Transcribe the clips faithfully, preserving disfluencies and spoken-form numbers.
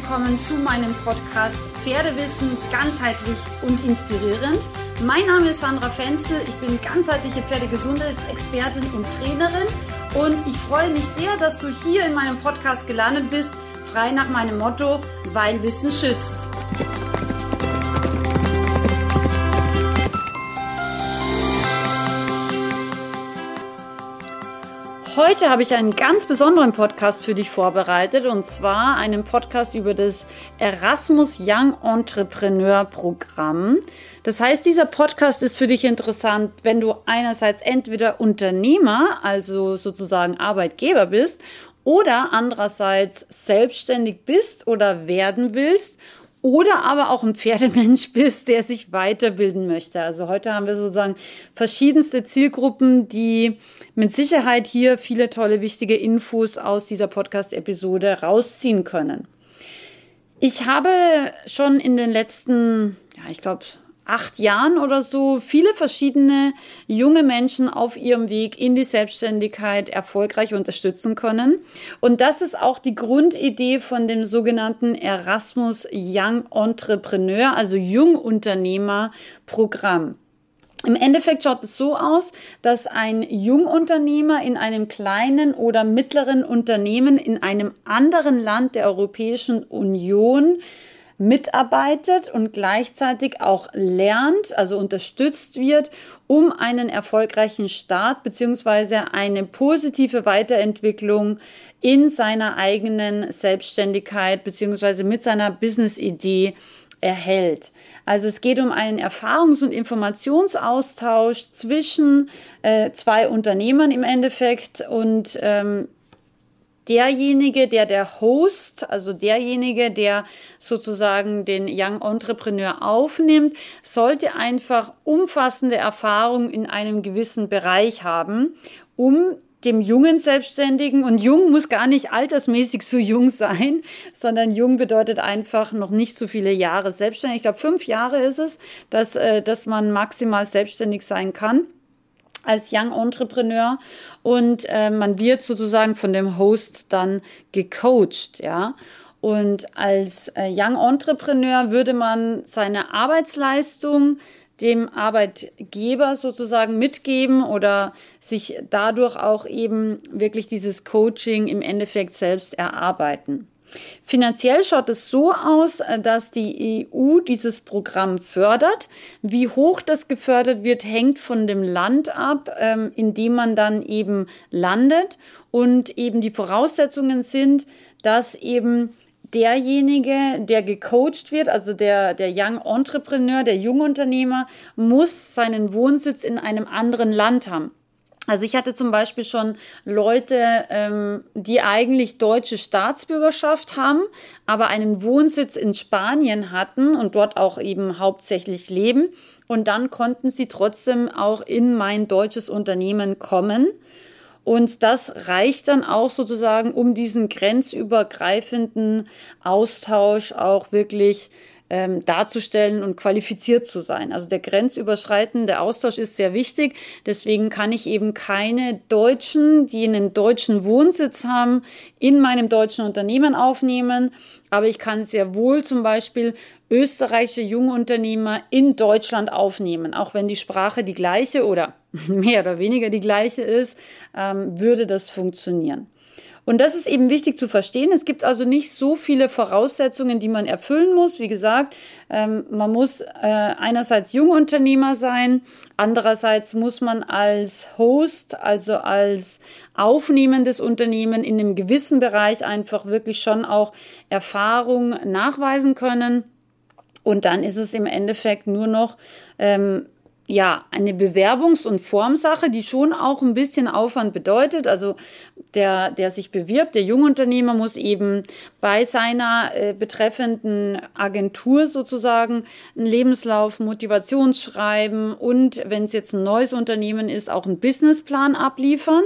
willkommen zu meinem Podcast Pferdewissen ganzheitlich und inspirierend. Mein Name ist Sandra Fenzel, ich bin ganzheitliche Pferdegesundheitsexpertin und Trainerin und ich freue mich sehr, dass du hier in meinem Podcast gelandet bist, frei nach meinem Motto, weil Wissen schützt. Heute habe ich einen ganz besonderen Podcast für dich vorbereitet und zwar einen Podcast über das Erasmus Young Entrepreneur Programm. Das heißt, dieser Podcast ist für dich interessant, wenn du einerseits entweder Unternehmer, also sozusagen Arbeitgeber bist oder andererseits selbstständig bist oder werden willst. Oder aber auch ein Pferdemensch bist, der sich weiterbilden möchte. Also heute haben wir sozusagen verschiedenste Zielgruppen, die mit Sicherheit hier viele tolle, wichtige Infos aus dieser Podcast-Episode rausziehen können. Ich habe schon in den letzten, ja, ich glaube, acht Jahren oder so viele verschiedene junge Menschen auf ihrem Weg in die Selbstständigkeit erfolgreich unterstützen können. Und das ist auch die Grundidee von dem sogenannten Erasmus Young Entrepreneur, also Jungunternehmer-Programm. Im Endeffekt schaut es so aus, dass ein Jungunternehmer in einem kleinen oder mittleren Unternehmen in einem anderen Land der Europäischen Union mitarbeitet und gleichzeitig auch lernt, also unterstützt wird, um einen erfolgreichen Start bzw. eine positive Weiterentwicklung in seiner eigenen Selbstständigkeit bzw. mit seiner Business-Idee erhält. Also es geht um einen Erfahrungs- und Informationsaustausch zwischen äh, zwei Unternehmern im Endeffekt und ähm, derjenige, der der Host, also derjenige, der sozusagen den Young Entrepreneur aufnimmt, sollte einfach umfassende Erfahrung in einem gewissen Bereich haben, um dem jungen Selbstständigen, und jung muss gar nicht altersmäßig so jung sein, sondern jung bedeutet einfach noch nicht so viele Jahre selbstständig. Ich glaube, fünf Jahre ist es, dass, äh, dass man maximal selbstständig sein kann als Young Entrepreneur und äh, man wird sozusagen von dem Host dann gecoacht, ja. Und als äh, Young Entrepreneur würde man seine Arbeitsleistung dem Arbeitgeber sozusagen mitgeben oder sich dadurch auch eben wirklich dieses Coaching im Endeffekt selbst erarbeiten. Finanziell schaut es so aus, dass die E U dieses Programm fördert. Wie hoch das gefördert wird, hängt von dem Land ab, in dem man dann eben landet. Und eben die Voraussetzungen sind, dass eben derjenige, der gecoacht wird, also der, der Young Entrepreneur, der Jungunternehmer, muss seinen Wohnsitz in einem anderen Land haben. Also ich hatte zum Beispiel schon Leute, ähm, die eigentlich deutsche Staatsbürgerschaft haben, aber einen Wohnsitz in Spanien hatten und dort auch eben hauptsächlich leben. Und dann konnten sie trotzdem auch in mein deutsches Unternehmen kommen. Und das reicht dann auch sozusagen, um diesen grenzübergreifenden Austausch auch wirklich Ähm, darzustellen und qualifiziert zu sein. Also der grenzüberschreitende Austausch ist sehr wichtig. Deswegen kann ich eben keine Deutschen, die einen deutschen Wohnsitz haben, in meinem deutschen Unternehmen aufnehmen. Aber ich kann sehr wohl zum Beispiel österreichische Jungunternehmer in Deutschland aufnehmen. Auch wenn die Sprache die gleiche oder mehr oder weniger die gleiche ist, ähm, würde das funktionieren. Und das ist eben wichtig zu verstehen. Es gibt also nicht so viele Voraussetzungen, die man erfüllen muss. Wie gesagt, ähm, man muss äh, einerseits Jungunternehmer sein, andererseits muss man als Host, also als aufnehmendes Unternehmen in einem gewissen Bereich einfach wirklich schon auch Erfahrung nachweisen können. Und dann ist es im Endeffekt nur noch ähm, ja, eine Bewerbungs- und Formsache, die schon auch ein bisschen Aufwand bedeutet. Also der, der sich bewirbt, der Jungunternehmer muss eben bei seiner äh, betreffenden Agentur sozusagen einen Lebenslauf, Motivationsschreiben und, wenn es jetzt ein neues Unternehmen ist, auch einen Businessplan abliefern.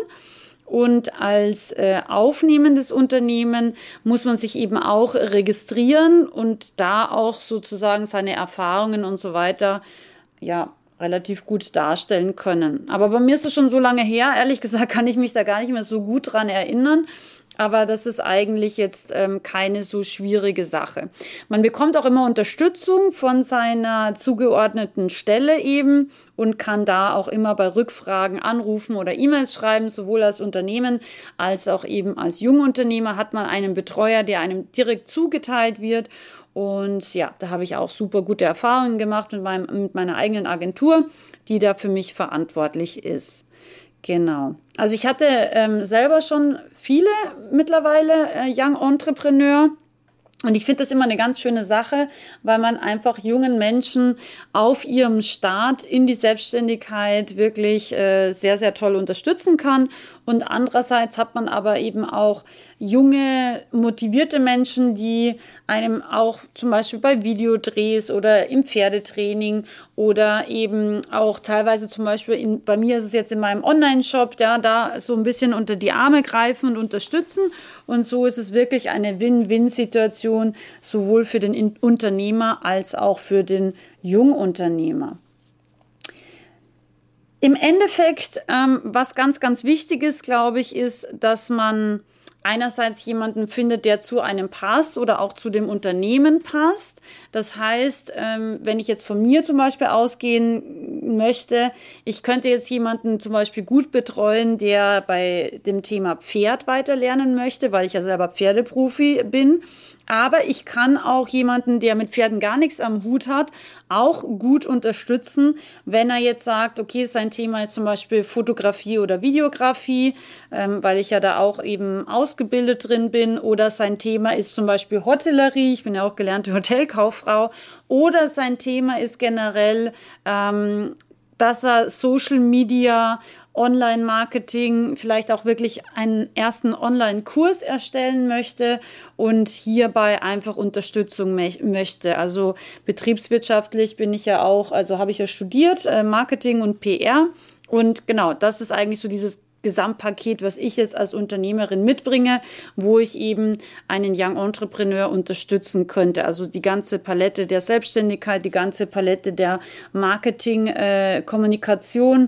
Und als äh, aufnehmendes Unternehmen muss man sich eben auch registrieren und da auch sozusagen seine Erfahrungen und so weiter, ja, relativ gut darstellen können. Aber bei mir ist es schon so lange her, ehrlich gesagt, kann ich mich da gar nicht mehr so gut dran erinnern. aber das ist eigentlich jetzt ähm, keine so schwierige Sache. Man bekommt auch immer Unterstützung von seiner zugeordneten Stelle eben und kann da auch immer bei Rückfragen anrufen oder E-Mails schreiben, sowohl als Unternehmen als auch eben als Jungunternehmer hat man einen Betreuer, der einem direkt zugeteilt wird. Und ja, da habe ich auch super gute Erfahrungen gemacht mit, meinem, mit meiner eigenen Agentur, die da für mich verantwortlich ist. Genau. Also ich hatte ähm, selber schon viele mittlerweile äh, Young Entrepreneur. Und ich finde das immer eine ganz schöne Sache, weil man einfach jungen Menschen auf ihrem Start in die Selbstständigkeit wirklich äh, sehr, sehr toll unterstützen kann. Und andererseits hat man aber eben auch junge, motivierte Menschen, die einem auch zum Beispiel bei Videodrehs oder im Pferdetraining oder eben auch teilweise zum Beispiel, in, bei mir ist es jetzt in meinem Online-Shop, ja, da so ein bisschen unter die Arme greifen und unterstützen. Und so ist es wirklich eine Win-Win-Situation, sowohl für den Unternehmer als auch für den Jungunternehmer. Im Endeffekt, ähm, was ganz, ganz wichtig ist, glaube ich, ist, dass man einerseits jemanden findet, der zu einem passt oder auch zu dem Unternehmen passt. Das heißt, ähm, wenn ich jetzt von mir zum Beispiel ausgehen möchte, ich könnte jetzt jemanden zum Beispiel gut betreuen, der bei dem Thema Pferd weiter lernen möchte, weil ich ja selber Pferdeprofi bin. Aber ich kann auch jemanden, der mit Pferden gar nichts am Hut hat, auch gut unterstützen, wenn er jetzt sagt, okay, sein Thema ist zum Beispiel Fotografie oder Videografie, ähm, weil ich ja da auch eben ausgebildet drin bin, oder sein Thema ist zum Beispiel Hotellerie, ich bin ja auch gelernte Hotelkauffrau, oder sein Thema ist generell, ähm, dass er Social Media, Online-Marketing, vielleicht auch wirklich einen ersten Online-Kurs erstellen möchte und hierbei einfach Unterstützung me- möchte. Also betriebswirtschaftlich bin ich ja auch, also habe ich ja studiert, äh, Marketing und P R. Und genau, das ist eigentlich so dieses Gesamtpaket, was ich jetzt als Unternehmerin mitbringe, wo ich eben einen Young Entrepreneur unterstützen könnte. Also die ganze Palette der Selbstständigkeit, die ganze Palette der Marketing, äh, Kommunikation,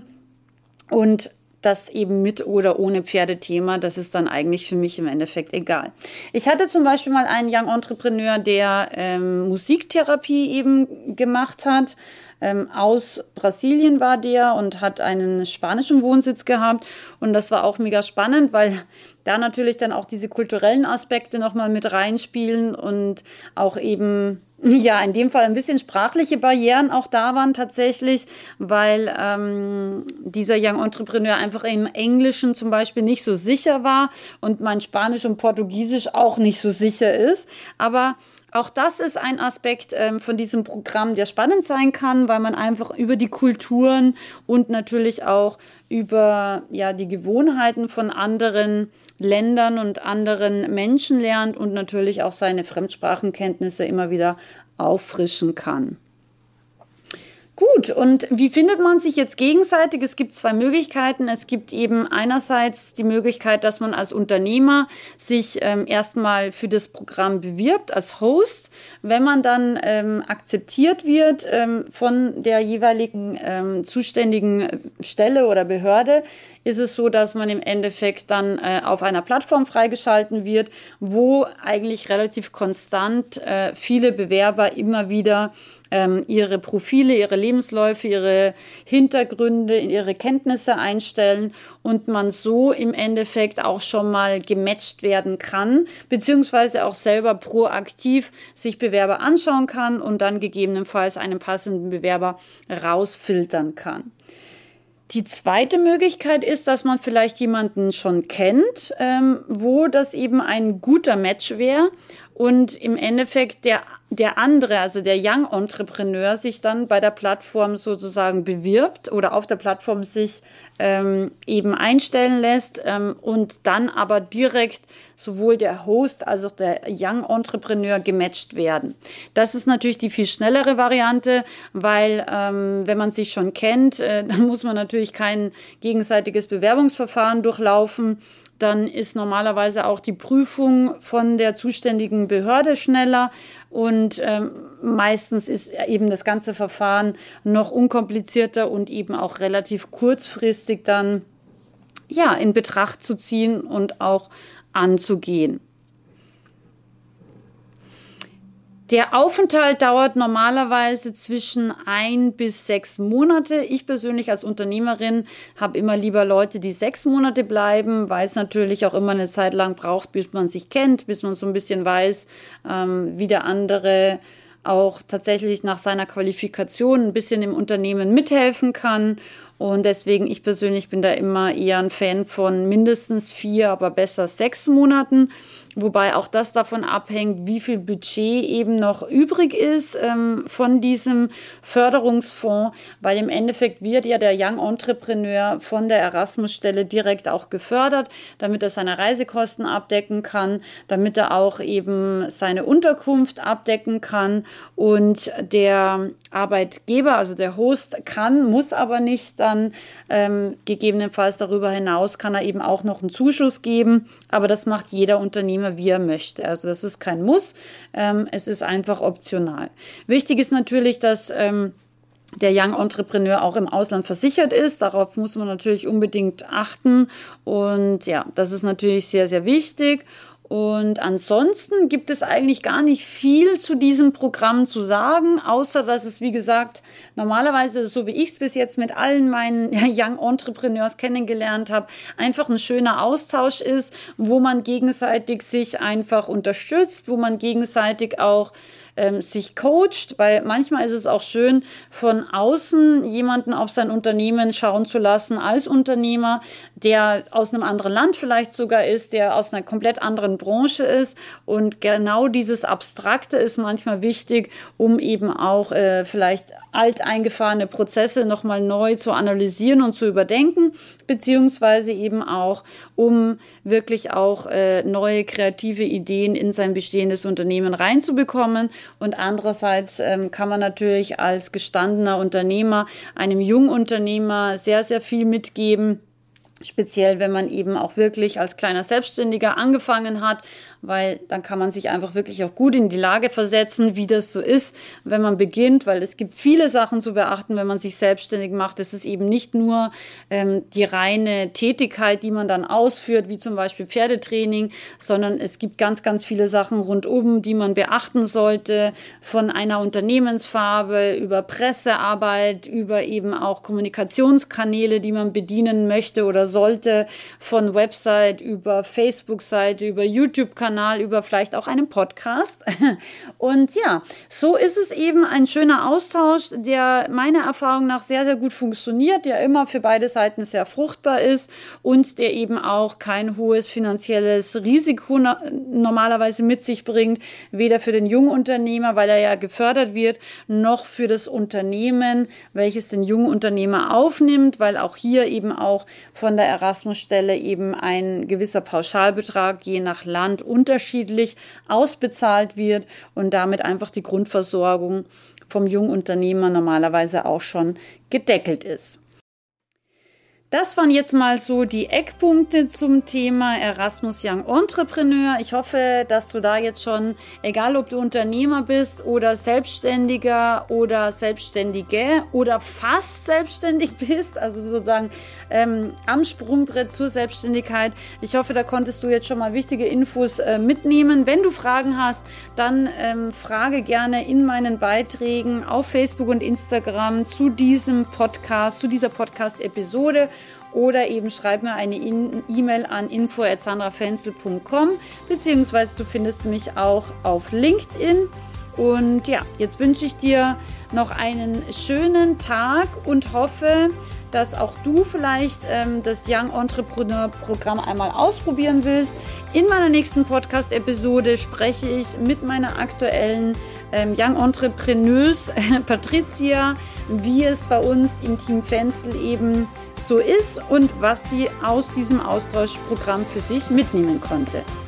und das eben mit oder ohne Pferdethema, das ist dann eigentlich für mich im Endeffekt egal. Ich hatte zum Beispiel mal einen Young Entrepreneur, der ähm, Musiktherapie eben gemacht hat. Ähm, aus Brasilien war der und hat einen spanischen Wohnsitz gehabt. Und das war auch mega spannend, weil da natürlich dann auch diese kulturellen Aspekte nochmal mit reinspielen und auch eben, ja, in dem Fall ein bisschen sprachliche Barrieren auch da waren tatsächlich, weil ähm, dieser Young Entrepreneur einfach im Englischen zum Beispiel nicht so sicher war und mein Spanisch und Portugiesisch auch nicht so sicher ist. Aber auch das ist ein Aspekt ähm, von diesem Programm, der spannend sein kann, weil man einfach über die Kulturen und natürlich auch über ja die Gewohnheiten von anderen Ländern und anderen Menschen lernt und natürlich auch seine Fremdsprachenkenntnisse immer wieder auffrischen kann. Gut, und wie findet man sich jetzt gegenseitig? Es gibt zwei Möglichkeiten. Es gibt eben einerseits die Möglichkeit, dass man als Unternehmer sich ähm, erstmal für das Programm bewirbt als Host. Wenn man dann ähm, akzeptiert wird ähm, von der jeweiligen ähm, zuständigen Stelle oder Behörde, ist es so, dass man im Endeffekt dann äh, auf einer Plattform freigeschalten wird, wo eigentlich relativ konstant äh, viele Bewerber immer wieder ähm, ihre Profile, ihre Lebensläufe, ihre Hintergründe, ihre Kenntnisse einstellen und man so im Endeffekt auch schon mal gematcht werden kann, beziehungsweise auch selber proaktiv sich Bewerber anschauen kann und dann gegebenenfalls einen passenden Bewerber rausfiltern kann. Die zweite Möglichkeit ist, dass man vielleicht jemanden schon kennt, ähm, wo das eben ein guter Match wäre und im Endeffekt der, der andere, also der Young Entrepreneur, sich dann bei der Plattform sozusagen bewirbt oder auf der Plattform sich ähm, eben einstellen lässt ähm, und dann aber direkt sowohl der Host als auch der Young Entrepreneur gematcht werden. Das ist natürlich die viel schnellere Variante, weil ähm, wenn man sich schon kennt, äh, dann muss man natürlich kein gegenseitiges Bewerbungsverfahren durchlaufen. Dann ist normalerweise auch die Prüfung von der zuständigen Behörde schneller und ähm, meistens ist eben das ganze Verfahren noch unkomplizierter und eben auch relativ kurzfristig dann ja in Betracht zu ziehen und auch anzugehen. Der Aufenthalt dauert normalerweise zwischen ein bis sechs Monate. Ich persönlich als Unternehmerin habe immer lieber Leute, die sechs Monate bleiben, weil es natürlich auch immer eine Zeit lang braucht, bis man sich kennt, bis man so ein bisschen weiß, ähm, wie der andere auch tatsächlich nach seiner Qualifikation ein bisschen im Unternehmen mithelfen kann. Und deswegen, ich persönlich bin da immer eher ein Fan von mindestens vier, aber besser sechs Monaten. Wobei auch das davon abhängt, wie viel Budget eben noch übrig ist ähm, von diesem Förderungsfonds, weil im Endeffekt wird ja der Young Entrepreneur von der Erasmus-Stelle direkt auch gefördert, damit er seine Reisekosten abdecken kann, damit er auch eben seine Unterkunft abdecken kann und der Arbeitgeber, also der Host, kann, muss aber nicht dann ähm, gegebenenfalls darüber hinaus, kann er eben auch noch einen Zuschuss geben, aber das macht jeder Unternehmer, wie er möchte. Also das ist kein Muss, ähm, es ist einfach optional. Wichtig ist natürlich, dass ähm, der Young Entrepreneur auch im Ausland versichert ist. Darauf muss man natürlich unbedingt achten und ja, das ist natürlich sehr, sehr wichtig. Und ansonsten gibt es eigentlich gar nicht viel zu diesem Programm zu sagen, außer dass es, wie gesagt, normalerweise, so wie ich es bis jetzt mit allen meinen Young Entrepreneurs kennengelernt habe, einfach ein schöner Austausch ist, wo man gegenseitig sich einfach unterstützt, wo man gegenseitig auch ähm, sich coacht, weil manchmal ist es auch schön, von außen jemanden auf sein Unternehmen schauen zu lassen als Unternehmer, der aus einem anderen Land vielleicht sogar ist, der aus einer komplett anderen Branche ist, und genau dieses Abstrakte ist manchmal wichtig, um eben auch äh, vielleicht alteingefahrene Prozesse nochmal neu zu analysieren und zu überdenken, beziehungsweise eben auch, um wirklich auch äh, neue kreative Ideen in sein bestehendes Unternehmen reinzubekommen. Und andererseits ähm, kann man natürlich als gestandener Unternehmer einem Jungunternehmer sehr, sehr viel mitgeben, speziell wenn man eben auch wirklich als kleiner Selbstständiger angefangen hat, weil dann kann man sich einfach wirklich auch gut in die Lage versetzen, wie das so ist, wenn man beginnt, weil es gibt viele Sachen zu beachten, wenn man sich selbstständig macht. Es ist eben nicht nur ähm, die reine Tätigkeit, die man dann ausführt, wie zum Beispiel Pferdetraining, sondern es gibt ganz, ganz viele Sachen rundum, die man beachten sollte, von einer Unternehmensfarbe über Pressearbeit, über eben auch Kommunikationskanäle, die man bedienen möchte oder sollte, von Website über Facebook-Seite, über YouTube-Kanal, über vielleicht auch einen Podcast. Und ja, so ist es eben ein schöner Austausch, der meiner Erfahrung nach sehr, sehr gut funktioniert, der immer für beide Seiten sehr fruchtbar ist und der eben auch kein hohes finanzielles Risiko normalerweise mit sich bringt, weder für den Jungunternehmer, weil er ja gefördert wird, noch für das Unternehmen, welches den Jungunternehmer aufnimmt, weil auch hier eben auch von der Erasmus-Stelle eben ein gewisser Pauschalbetrag je nach Land unterschiedlich ausbezahlt wird und damit einfach die Grundversorgung vom Jungunternehmer normalerweise auch schon gedeckelt ist. Das waren jetzt mal so die Eckpunkte zum Thema Erasmus Young Entrepreneur. Ich hoffe, dass du da jetzt schon, egal ob du Unternehmer bist oder Selbstständiger oder Selbstständige oder fast selbstständig bist, also sozusagen ähm, am Sprungbrett zur Selbstständigkeit. Ich hoffe, da konntest du jetzt schon mal wichtige Infos äh, mitnehmen. Wenn du Fragen hast, dann ähm, frage gerne in meinen Beiträgen auf Facebook und Instagram zu diesem Podcast, zu dieser Podcast-Episode. Oder eben schreib mir eine E-Mail an info at sandra fenzel punkt com, beziehungsweise du findest mich auch auf LinkedIn. Und ja, jetzt wünsche ich dir noch einen schönen Tag und hoffe, dass auch du vielleicht ähm, das Young Entrepreneur Programm einmal ausprobieren willst. In meiner nächsten Podcast-Episode spreche ich mit meiner aktuellen ähm, Young Entrepreneuse Patricia, wie es bei uns im Team Fenzel eben so ist und was sie aus diesem Austauschprogramm für sich mitnehmen konnte.